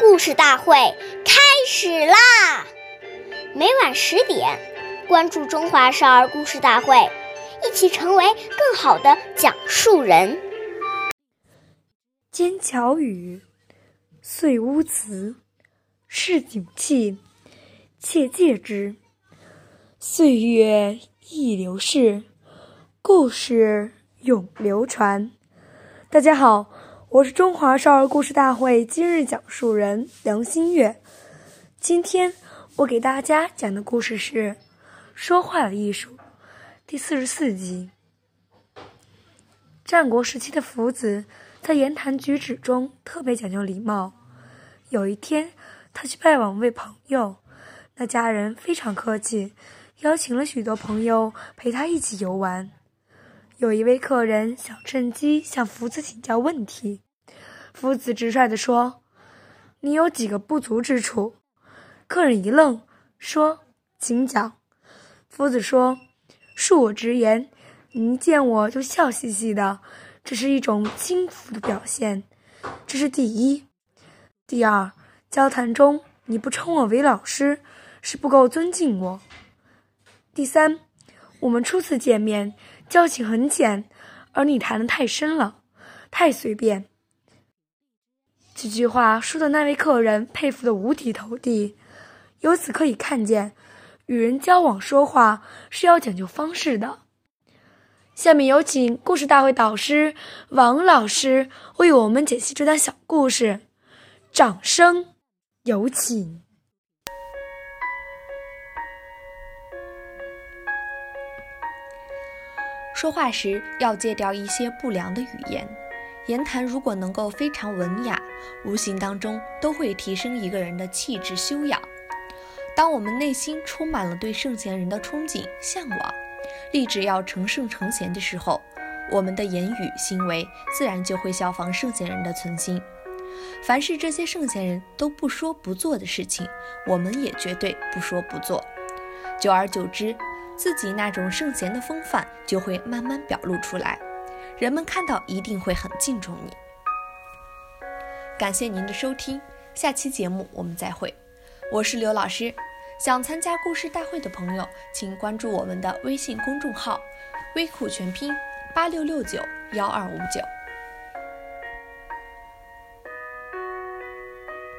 故事大会开始啦！每晚10点，关注中华少儿故事大会，一起成为更好的讲述人。 煎巧语，岁乌词，市井气，切戒之。岁月易流逝，故事永流传。大家好，我是中华少儿故事大会今日讲述人梁新月。今天我给大家讲的故事是《说话的艺术》第44集。战国时期的夫子在言谈举止中特别讲究礼貌。有一天，他去拜访一位朋友，那家人非常客气，邀请了许多朋友陪他一起游玩。有一位客人想趁机向夫子请教问题，夫子直率地说：“你有几个不足之处？”客人一愣，说：“请讲。”夫子说：“恕我直言，你一见我就笑嘻嘻的，这是一种轻浮的表现，这是第一。第二，交谈中你不称我为老师，是不够尊敬我。第三，我们初次见面，交情很浅，而你谈得太深了，太随便。”这句话说的那位客人佩服得五体投地。由此可以看见，与人交往说话是要讲究方式的。下面有请故事大会导师王老师为我们解析这段小故事，掌声有请。 说话时要戒掉一些不良的语言，言谈如果能够非常文雅，无形当中都会提升一个人的气质修养。当我们内心充满了对圣贤人的憧憬向往，立志要成圣成贤的时候，我们的言语行为自然就会效仿圣贤人的存心。凡是这些圣贤人都不说不做的事情，我们也绝对不说不做。久而久之，自己那种圣贤的风范就会慢慢表露出来，人们看到一定会很敬重你。感谢您的收听，下期节目我们再会。我是刘老师，想参加故事大会的朋友，请关注我们的微信公众号微库全拼86691259。